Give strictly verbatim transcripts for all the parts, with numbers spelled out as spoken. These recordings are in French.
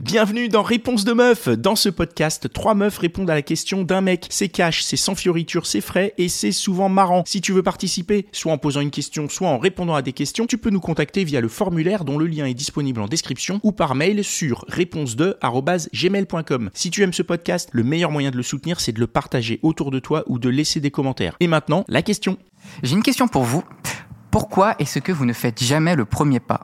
Bienvenue dans Réponse de meuf. Dans ce podcast, trois meufs répondent à la question d'un mec. C'est cash, c'est sans fioriture, c'est frais et c'est souvent marrant. Si tu veux participer, soit en posant une question, soit en répondant à des questions, tu peux nous contacter via le formulaire dont le lien est disponible en description ou par mail sur réponse deux arobase gmail point com. Si tu aimes ce podcast, le meilleur moyen de le soutenir, c'est de le partager autour de toi ou de laisser des commentaires. Et maintenant, la question. J'ai une question pour vous. Pourquoi est-ce que vous ne faites jamais le premier pas ?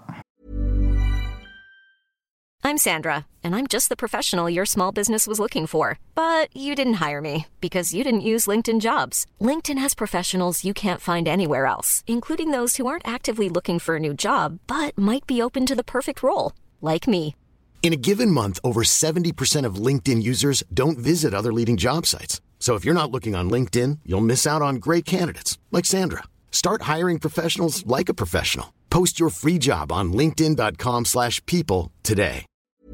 I'm Sandra, and I'm just the professional your small business was looking for. But you didn't hire me because you didn't use LinkedIn Jobs. LinkedIn has professionals you can't find anywhere else, including those who aren't actively looking for a new job, but might be open to the perfect role, like me. In a given month, over seventy percent of LinkedIn users don't visit other leading job sites. So if you're not looking on LinkedIn, you'll miss out on great candidates like Sandra. Start hiring professionals like a professional. Post your free job on linkedin.com slash people today.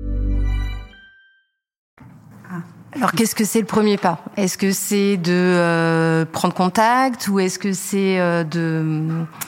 Alors, qu'est-ce que c'est le premier pas ? Est-ce que c'est de euh, prendre contact ou est-ce que c'est euh, de,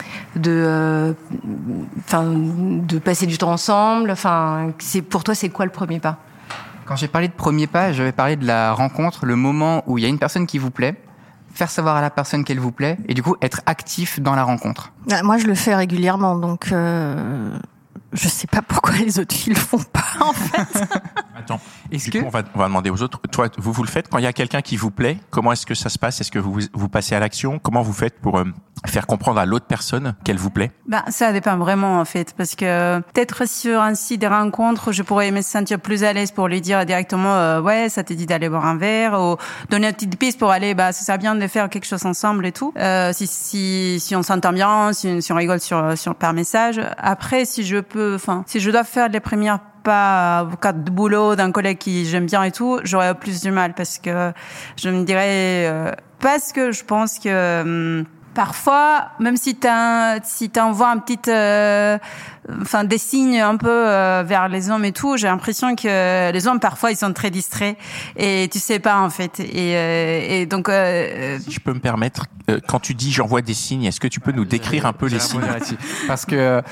de, enfin, euh, de passer du temps ensemble ? Enfin, c'est, pour toi, c'est quoi le premier pas ? Quand j'ai parlé de premier pas, j'avais parlé de la rencontre, le moment où il y a une personne qui vous plaît, faire savoir à la personne qu'elle vous plaît et du coup être actif dans la rencontre. Moi, je le fais régulièrement, donc euh, je sais pas pourquoi les autres filles le font pas, en fait. Attends, est-ce du que... coup, on va, on va demander aux autres. Toi, vous, vous le faites quand il y a quelqu'un qui vous plaît ? Comment est-ce que ça se passe ? Est-ce que vous, vous passez à l'action ? Comment vous faites pour euh, faire comprendre à l'autre personne qu'elle vous plaît ? Ben, ça dépend vraiment, en fait, parce que peut-être sur un site de rencontre, je pourrais me sentir plus à l'aise pour lui dire directement, euh, ouais, ça te dit d'aller boire un verre, ou donner une petite piste pour aller, bah, ça serait bien de faire quelque chose ensemble et tout. Euh, si, si, si on s'entend bien, si, si on rigole sur, sur, par message. Après, si je peux, enfin, si je dois faire les premières pas au cadre de boulot d'un collègue qui j'aime bien et tout, j'aurais plus du mal parce que je me dirais euh, parce que je pense que euh, parfois même si t'as si t'envoies un petit euh, enfin des signes un peu euh, vers les hommes et tout, j'ai l'impression que les hommes parfois ils sont très distraits et tu sais pas en fait et euh, et donc euh, si je peux me permettre, euh, quand tu dis j'envoie des signes, est-ce que tu peux nous décrire un peu les signes ? Parce que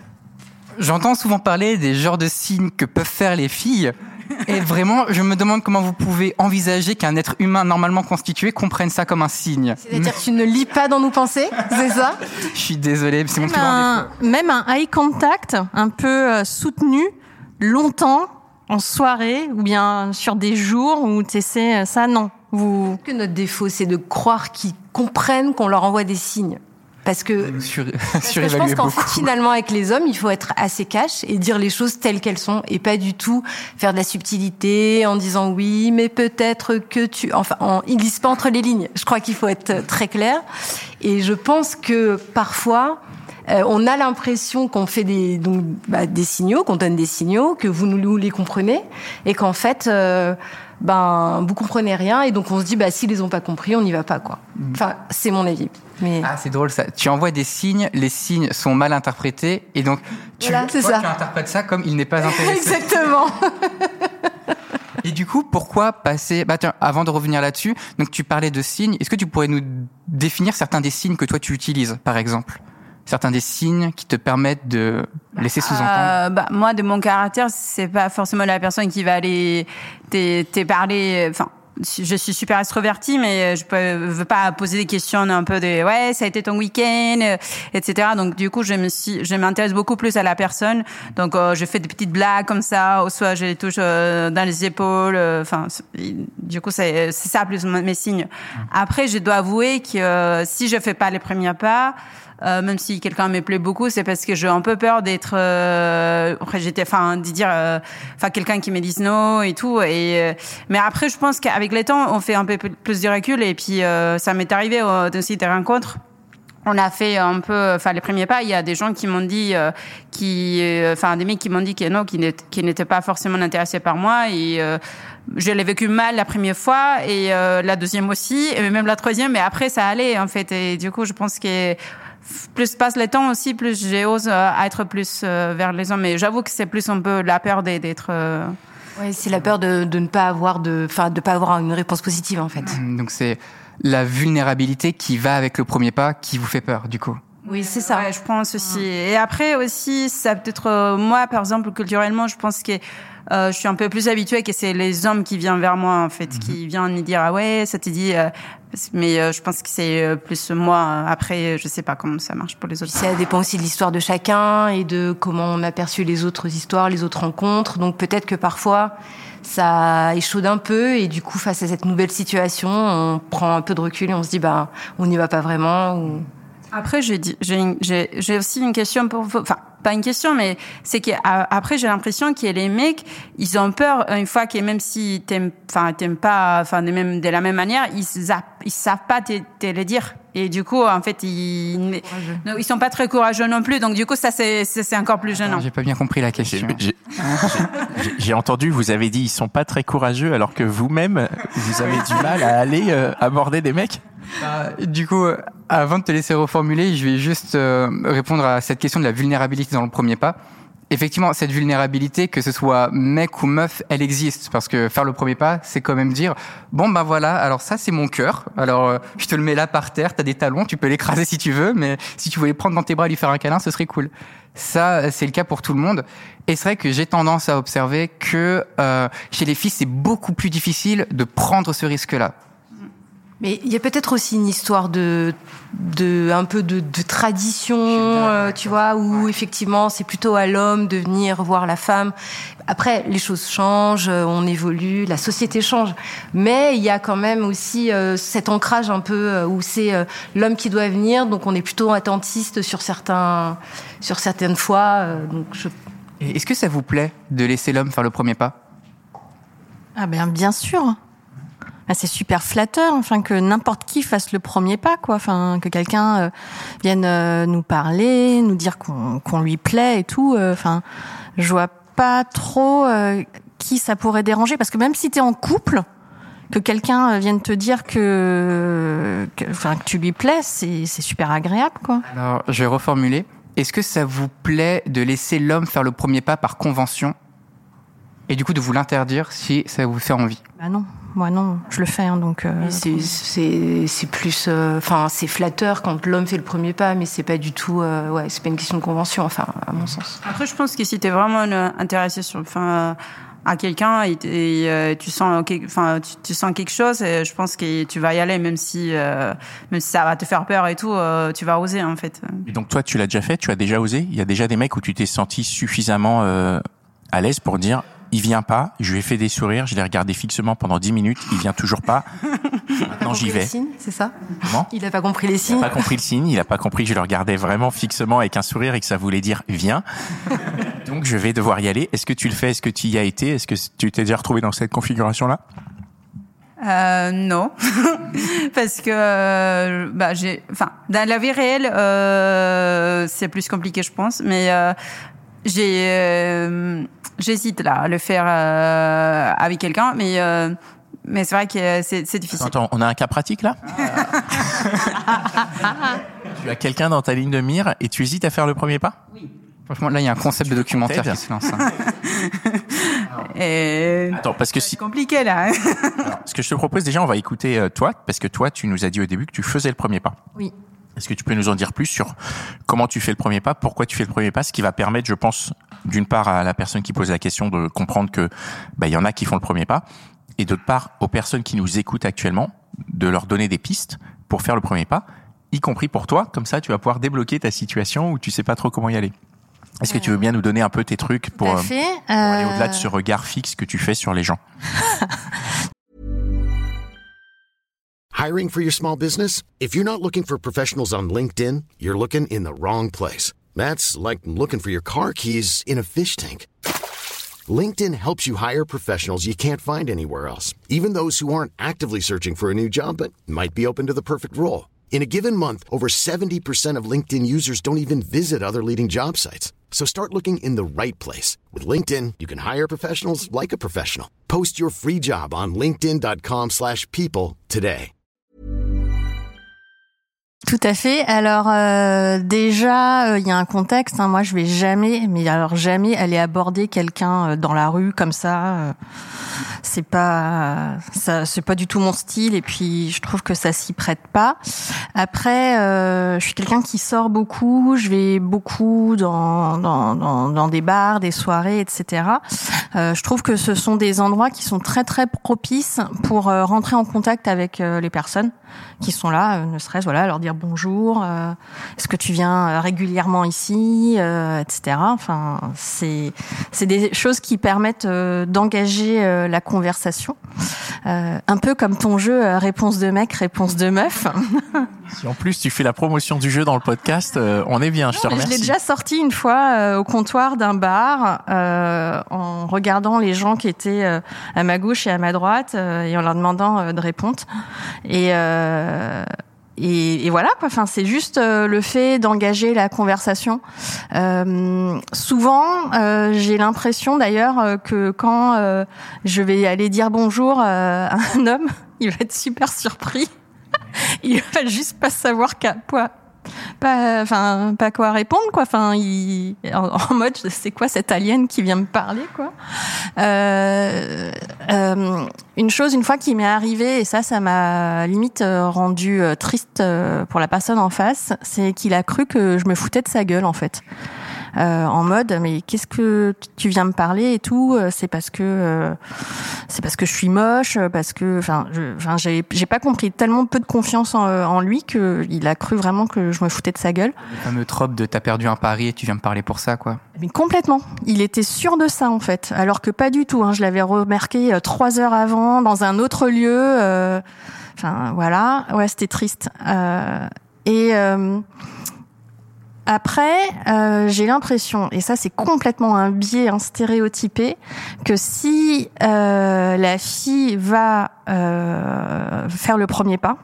j'entends souvent parler des genres de signes que peuvent faire les filles. Et vraiment, je me demande comment vous pouvez envisager qu'un être humain normalement constitué comprenne ça comme un signe. C'est-à-dire que tu ne lis pas dans nos pensées, c'est ça ? Je suis désolé, c'est mon plus grand défaut. Même un eye contact un peu euh, soutenu, longtemps, en soirée, ou bien sur des jours où tu essaies ça, non. Vous... Que notre défaut, c'est de croire qu'ils comprennent qu'on leur envoie des signes. Parce que, Sur, parce que je pense qu'en fait, finalement, avec les hommes, il faut être assez cash et dire les choses telles qu'elles sont et pas du tout faire de la subtilité en disant oui, mais peut-être que tu... Enfin, en, ils lisent pas entre les lignes. Je crois qu'il faut être très clair. Et je pense que parfois, euh, on a l'impression qu'on fait des, donc, bah, des signaux, qu'on donne des signaux, que vous nous les comprenez et qu'en fait... Euh, ben vous comprenez rien et donc on se dit bah s'ils les ont pas compris on n'y va pas quoi. Enfin c'est mon avis. Mais ah c'est drôle ça. Tu envoies des signes, les signes sont mal interprétés et donc tu, voilà, c'est toi, ça. tu interprètes ça comme il n'est pas intéressé. Exactement. Et du coup pourquoi passer bah tiens avant de revenir là-dessus donc tu parlais de signes est-ce que tu pourrais nous définir certains des signes que toi tu utilises par exemple? Certains des signes qui te permettent de laisser sous-entendre. Euh, bah, moi, de mon caractère, c'est pas forcément la personne qui va aller te, te parler. Enfin, je suis super extrovertie, mais je peux, veux pas poser des questions un peu de ouais, ça a été ton week-end, et cetera. Donc du coup, je me suis, je m'intéresse beaucoup plus à la personne. Donc euh, je fais des petites blagues comme ça, ou soit je les touche euh, dans les épaules. Enfin, euh, du coup, c'est, c'est ça plus mes signes. Après, je dois avouer que euh, si je fais pas les premiers pas. Euh, même si quelqu'un me plaît beaucoup, c'est parce que j'ai un peu peur d'être, euh, après j'étais, enfin, de dire, enfin, euh, quelqu'un qui me dise non et tout. Et euh, mais après, je pense qu'avec le temps, on fait un peu plus de recul. Et puis, euh, ça m'est arrivé euh, dans ces rencontres. On a fait un peu, enfin, les premiers pas. Il y a des gens qui m'ont dit, euh, qui, enfin, euh, des mecs qui m'ont dit que non, qui n'étaient, qui n'étaient pas forcément intéressés par moi. Et euh, je l'ai vécu mal la première fois et euh, la deuxième aussi, et même la troisième. Mais après, ça allait en fait. Et du coup, je pense que plus passe le temps aussi, plus j'ose euh, être plus euh, vers les hommes. Mais j'avoue que c'est plus un peu la peur d'être. Euh... Oui, c'est la peur de, de ne pas avoir de, enfin, de pas avoir une réponse positive en fait. Donc c'est la vulnérabilité qui va avec le premier pas qui vous fait peur, du coup. Oui, c'est ça. Ouais, je pense aussi. Et après aussi, ça peut-être euh, moi, par exemple, culturellement, je pense que euh, je suis un peu plus habituée que c'est les hommes qui viennent vers moi, en fait, mm-hmm. qui viennent me dire ah ouais, ça te dit. Euh, mais euh, je pense que c'est euh, plus moi. Après, je sais pas comment ça marche pour les autres. Ça dépend aussi de l'histoire de chacun et de comment on a perçu les autres histoires, les autres rencontres. Donc peut-être que parfois ça échaude un peu et du coup, face à cette nouvelle situation, on prend un peu de recul et on se dit bah on n'y va pas vraiment. Ou... Après, j'ai, dit, j'ai, j'ai, j'ai aussi une question pour vous. Enfin, pas une question, mais c'est qu'après, j'ai l'impression que les mecs, ils ont peur, une fois que même s'ils t'aiment, enfin, t'aiment pas, enfin, de, même, de la même manière, ils, ils savent pas te, te le dire. Et du coup, en fait, ils, non, ils sont pas très courageux non plus. Donc, du coup, ça, c'est, c'est, c'est encore plus gênant. J'ai pas bien compris la question. J'ai, j'ai, j'ai entendu, vous avez dit, ils sont pas très courageux, alors que vous-même, vous avez du mal à aller euh, aborder des mecs. Bah, du coup, avant de te laisser reformuler, je vais juste euh, répondre à cette question de la vulnérabilité dans le premier pas. Effectivement, cette vulnérabilité, que ce soit mec ou meuf, elle existe. Parce que faire le premier pas, c'est quand même dire, bon ben voilà, alors ça c'est mon cœur, alors euh, je te le mets là par terre, t'as des talons, tu peux l'écraser si tu veux, mais si tu voulais prendre dans tes bras et lui faire un câlin, ce serait cool. Ça, c'est le cas pour tout le monde. Et c'est vrai que j'ai tendance à observer que euh, chez les filles, c'est beaucoup plus difficile de prendre ce risque-là. Mais il y a peut-être aussi une histoire de, de un peu de, de tradition, euh, tu vois, où ouais. effectivement c'est plutôt à l'homme de venir voir la femme. Après, les choses changent, on évolue, la société change, mais il y a quand même aussi euh, cet ancrage un peu euh, où c'est euh, l'homme qui doit venir, donc on est plutôt attentiste sur certains, sur certaines fois. Euh, donc je... Est-ce que ça vous plaît de laisser l'homme faire le premier pas ? Ah ben bien sûr. Ah, c'est super flatteur, enfin que n'importe qui fasse le premier pas, quoi. Enfin que quelqu'un euh, vienne euh, nous parler, nous dire qu'on, qu'on lui plaît et tout. Euh, enfin, je vois pas trop euh, qui ça pourrait déranger, parce que même si t'es en couple, que quelqu'un vienne te dire que, que, enfin que tu lui plais, c'est, c'est super agréable, quoi. Alors, je vais reformuler. Est-ce que ça vous plaît de laisser l'homme faire le premier pas par convention, et du coup de vous l'interdire si ça vous fait envie ? Bah non. Moi non, je le fais, hein, donc. Euh... C'est, c'est, c'est plus, enfin, euh, c'est flatteur quand l'homme fait le premier pas, mais c'est pas du tout, euh, ouais, c'est pas une question de convention, enfin, à mon sens. Après, je pense que si t'es vraiment intéressé sur, enfin, à quelqu'un et, et euh, tu sens, enfin, tu, tu sens quelque chose, et je pense que tu vas y aller, même si, euh, même si ça va te faire peur et tout, euh, tu vas oser en fait. Et donc toi, tu l'as déjà fait, tu as déjà osé. Il y a déjà des mecs où tu t'es senti suffisamment euh, à l'aise pour dire. Il vient pas, je lui ai fait des sourires, je l'ai regardé fixement pendant dix minutes, il vient toujours pas. Maintenant j'y vais. Signes, c'est ça ? Comment ? Il a pas compris les signes. Il a pas compris le signe, il a pas compris que je le regardais vraiment fixement avec un sourire et que ça voulait dire viens. Donc je vais devoir y aller. Est-ce que tu le fais ? Est-ce que tu y as été ? Est-ce que tu t'es déjà retrouvé dans cette configuration-là ? Euh, non, parce que euh, bah j'ai, enfin, dans la vie réelle, euh, c'est plus compliqué, je pense, mais euh, j'ai, euh, j'hésite là à le faire euh, avec quelqu'un, mais euh, mais c'est vrai que c'est, c'est difficile. Attends, on a un cas pratique là. Tu as quelqu'un dans ta ligne de mire et tu hésites à faire le premier pas ? Oui. Franchement, là, il y a un concept de documentaire qui se lance. Hein. Et... Attends, parce que si... C'est compliqué, là. Alors, ce que je te propose, déjà, on va écouter euh, toi, parce que toi, tu nous as dit au début que tu faisais le premier pas. Oui. Est-ce que tu peux nous en dire plus sur comment tu fais le premier pas, pourquoi tu fais le premier pas, ce qui va permettre, je pense, d'une part à la personne qui pose la question de comprendre que, bah, il y en a qui font le premier pas, et d'autre part, aux personnes qui nous écoutent actuellement, de leur donner des pistes pour faire le premier pas, y compris pour toi. Comme ça, tu vas pouvoir débloquer ta situation où tu sais pas trop comment y aller. Est-ce que tu veux bien nous donner un peu tes trucs pour, euh, pour euh... aller au-delà de ce regard fixe que tu fais sur les gens? Hiring for your small business? If you're not looking for professionals on LinkedIn, you're looking in the wrong place. That's like looking for your car keys in a fish tank. LinkedIn helps you hire professionals you can't find anywhere else, even those who aren't actively searching for a new job but might be open to the perfect role. In a given month, over seventy percent of LinkedIn users don't even visit other leading job sites. So start looking in the right place. With LinkedIn, you can hire professionals like a professional. Post your free job on linkedin.com slash people today. Tout à fait. Alors euh, déjà, il euh, y a un contexte. Hein. Moi, je vais jamais, mais alors jamais aller aborder quelqu'un euh, dans la rue comme ça. Euh, c'est pas ça, c'est pas du tout mon style, et puis je trouve que ça s'y prête pas. Après, euh, je suis quelqu'un qui sort beaucoup, je vais beaucoup dans dans dans, dans des bars, des soirées, et cetera. Euh, je trouve que ce sont des endroits qui sont très très propices pour euh, rentrer en contact avec euh, les personnes qui sont là, euh, ne serait-ce voilà leur dire bonjour, euh, est-ce que tu viens régulièrement ici, euh, et cetera. Enfin, c'est c'est des choses qui permettent euh, d'engager euh, la conversation, euh, un peu comme ton jeu euh, réponse de mec, réponse de meuf. Si en plus tu fais la promotion du jeu dans le podcast, euh, on est bien, je te non, remercie. Je l'ai déjà sorti une fois euh, au comptoir d'un bar, euh, en regardant les gens qui étaient euh, à ma gauche et à ma droite, euh, et en leur demandant euh, de répondre. Et euh, Et, et voilà, quoi. Enfin, c'est juste euh, le fait d'engager la conversation. Euh, souvent, euh, j'ai l'impression d'ailleurs euh, que quand euh, je vais aller dire bonjour euh, à un homme, il va être super surpris. Il va juste pas savoir qu'à quoi, pas, enfin, pas quoi répondre, quoi. Enfin, il, en, en mode, c'est quoi cette alien qui vient me parler, quoi. Euh, euh, une chose, une fois qui m'est arrivé, et ça, ça m'a limite rendu triste pour la personne en face, c'est qu'il a cru que je me foutais de sa gueule, en fait. Euh, en mode, mais qu'est-ce que tu viens me parler et tout, c'est parce que euh, c'est parce que je suis moche, parce que enfin je enfin j'ai j'ai pas compris, tellement peu de confiance en, en lui que il a cru vraiment que je me foutais de sa gueule. Le fameux trope de t'as perdu un pari et tu viens me parler pour ça, quoi. Mais complètement, il était sûr de ça en fait, alors que pas du tout, hein. Je l'avais remarqué euh, trois heures avant dans un autre lieu, euh, enfin voilà, ouais, c'était triste. Euh, et euh, Après, euh, j'ai l'impression, et ça c'est complètement un biais, un stéréotypé, que si euh, la fille va euh, faire le premier pas,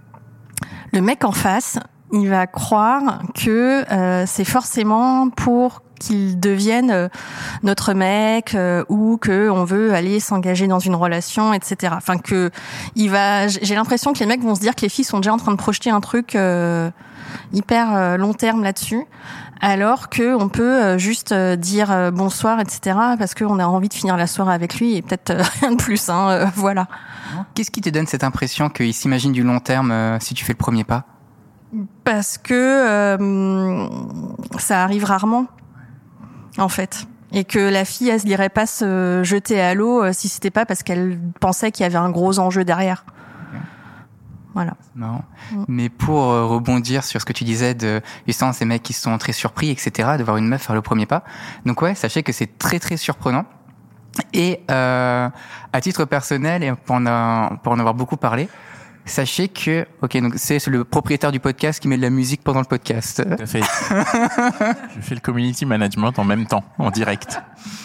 le mec en face, il va croire que euh, c'est forcément pour qu'il devienne euh, notre mec, euh, ou que on veut aller s'engager dans une relation, et cetera. Enfin que il va, j'ai l'impression que les mecs vont se dire que les filles sont déjà en train de projeter un truc euh, hyper euh, long terme là-dessus, alors que on peut euh, juste euh, dire euh, bonsoir, et cetera. Parce qu'on a envie de finir la soirée avec lui et peut-être euh, rien de plus. Hein, euh, voilà. Qu'est-ce qui te donne cette impression qu'il s'imagine du long terme euh, si tu fais le premier pas ? Parce que euh, ça arrive rarement, en fait. Et que la fille, elle se irait pas se jeter à l'eau euh, si c'était pas parce qu'elle pensait qu'il y avait un gros enjeu derrière. Voilà. C'est marrant. Mm. Mais pour euh, rebondir sur ce que tu disais de justement ces mecs qui sont très surpris, et cetera, de voir une meuf faire le premier pas. Donc ouais, sachez que c'est très très surprenant. Et euh, à titre personnel, et pour en, a, pour en avoir beaucoup parlé, sachez que, ok, donc c'est le propriétaire du podcast qui met de la musique pendant le podcast. Tout à fait. Je fais le community management en même temps, en direct.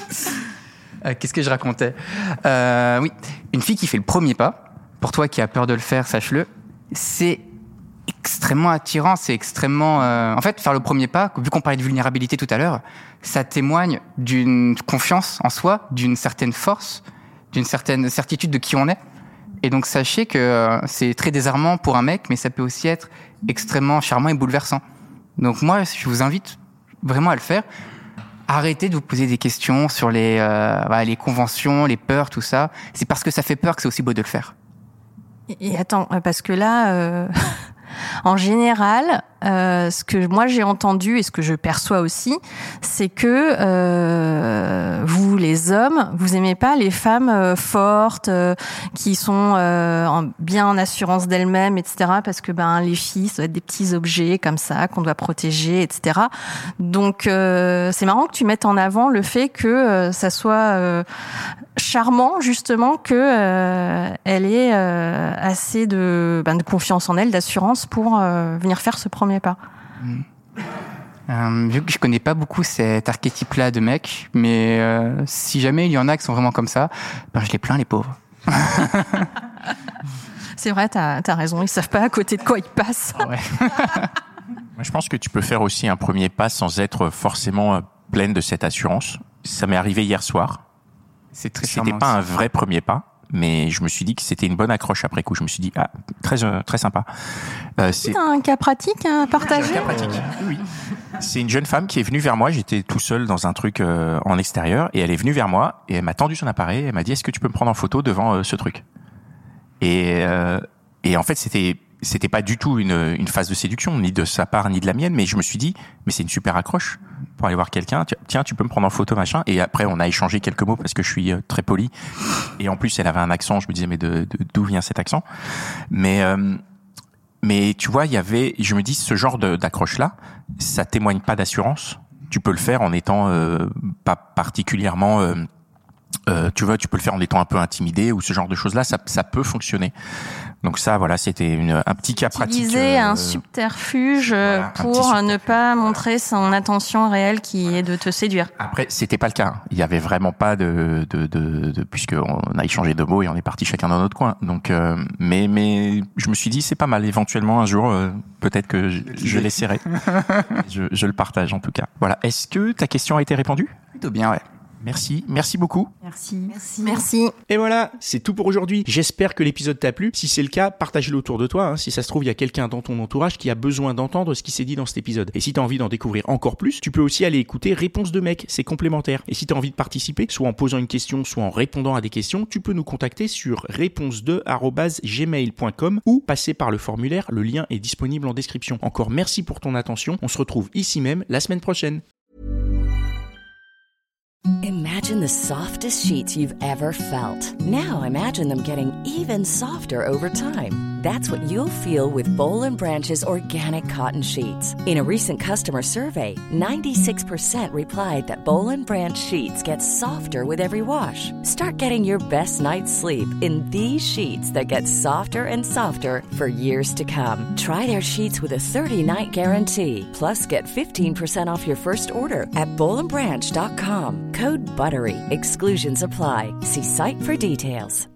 Euh, qu'est-ce que je racontais ? euh, Oui, une fille qui fait le premier pas. Pour toi qui as peur de le faire, sache-le. C'est extrêmement attirant, c'est extrêmement... Euh... En fait, faire le premier pas, vu qu'on parlait de vulnérabilité tout à l'heure, ça témoigne d'une confiance en soi, d'une certaine force, d'une certaine certitude de qui on est. Et donc, sachez que euh, c'est très désarmant pour un mec, mais ça peut aussi être extrêmement charmant et bouleversant. Donc moi, je vous invite vraiment à le faire. Arrêtez de vous poser des questions sur les, euh, bah, les conventions, les peurs, tout ça. C'est parce que ça fait peur que c'est aussi beau de le faire. Et attends, parce que là, euh, en général, euh, ce que moi j'ai entendu et ce que je perçois aussi, c'est que euh, vous, les hommes, vous aimez pas les femmes euh, fortes, euh, qui sont euh, en, bien en assurance d'elles-mêmes, et cetera. Parce que ben les filles, ça doit être des petits objets comme ça qu'on doit protéger, et cetera. Donc euh, c'est marrant que tu mettes en avant le fait que euh, ça soit euh, charmant justement que euh, elle ait euh, assez de, ben, de confiance en elle, d'assurance pour euh, venir faire ce premier pas. Mmh. Euh, vu que je connais pas beaucoup cet archétype-là de mec, mais euh, si jamais il y en a qui sont vraiment comme ça, ben je les plains, les pauvres. C'est vrai, t'as, t'as raison, ils savent pas à côté de quoi ils passent. Ouais. Moi, je pense que tu peux faire aussi un premier pas sans être forcément pleine de cette assurance. Ça m'est arrivé hier soir. C'est très C'était pas aussi. un vrai premier pas, mais je me suis dit que c'était une bonne accroche après coup. Je me suis dit, ah, très, euh, très sympa. Euh, c'est un cas pratique à partager. C'est un cas pratique, oui. C'est une jeune femme qui est venue vers moi. J'étais tout seul dans un truc euh, en extérieur et elle est venue vers moi et elle m'a tendu son appareil. Elle m'a dit, est-ce que tu peux me prendre en photo devant euh, ce truc? Et, euh, et en fait, c'était c'était pas du tout une, une phase de séduction, ni de sa part, ni de la mienne, mais je me suis dit, mais c'est une super accroche pour aller voir quelqu'un. Tiens, tu peux me prendre en photo, machin. Et après, on a échangé quelques mots parce que je suis euh, très poli. Et en plus, elle avait un accent. Je me disais, mais de, de, d'où vient cet accent? Mais euh, mais tu vois, il y avait, je me dis, ce genre de, d'accroche-là, ça témoigne pas d'assurance. Tu peux le faire en étant euh, pas particulièrement... Euh, Euh, tu vois, tu peux le faire en étant un peu intimidé ou ce genre de choses-là, ça, ça peut fonctionner. Donc ça, voilà, c'était une, un petit cas pratique. Utiliser euh, un subterfuge voilà, pour un ne pas montrer son intention réelle qui est de te séduire. Après, c'était pas le cas. Il y avait vraiment pas de, de, de, de puisqu'on a échangé de mots et on est parti chacun dans notre coin. Donc, euh, mais, mais je me suis dit, c'est pas mal. Éventuellement, un jour, euh, peut-être que je, je l'essaierai. je, je le partage en tout cas. Voilà. Est-ce que ta question a été répondue? Plutôt bien, ouais. Merci, merci beaucoup. Merci. Merci. Merci. Et voilà, c'est tout pour aujourd'hui. J'espère que l'épisode t'a plu. Si c'est le cas, partage-le autour de toi. Hein. Si ça se trouve, il y a quelqu'un dans ton entourage qui a besoin d'entendre ce qui s'est dit dans cet épisode. Et si t'as envie d'en découvrir encore plus, tu peux aussi aller écouter Réponse de mec, c'est complémentaire. Et si t'as envie de participer, soit en posant une question, soit en répondant à des questions, tu peux nous contacter sur réponse deux arobase gmail point com ou passer par le formulaire. Le lien est disponible en description. Encore merci pour ton attention. On se retrouve ici même la semaine prochaine. Imagine the softest sheets you've ever felt. Now imagine them getting even softer over time. That's what you'll feel with Boll and Branch's organic cotton sheets. In a recent customer survey, ninety-six percent replied that Boll and Branch sheets get softer with every wash. Start getting your best night's sleep in these sheets that get softer and softer for years to come. Try their sheets with a thirty-night guarantee. Plus, get fifteen percent off your first order at boll and branch dot com. Code BUTTERY. Exclusions apply. See site for details.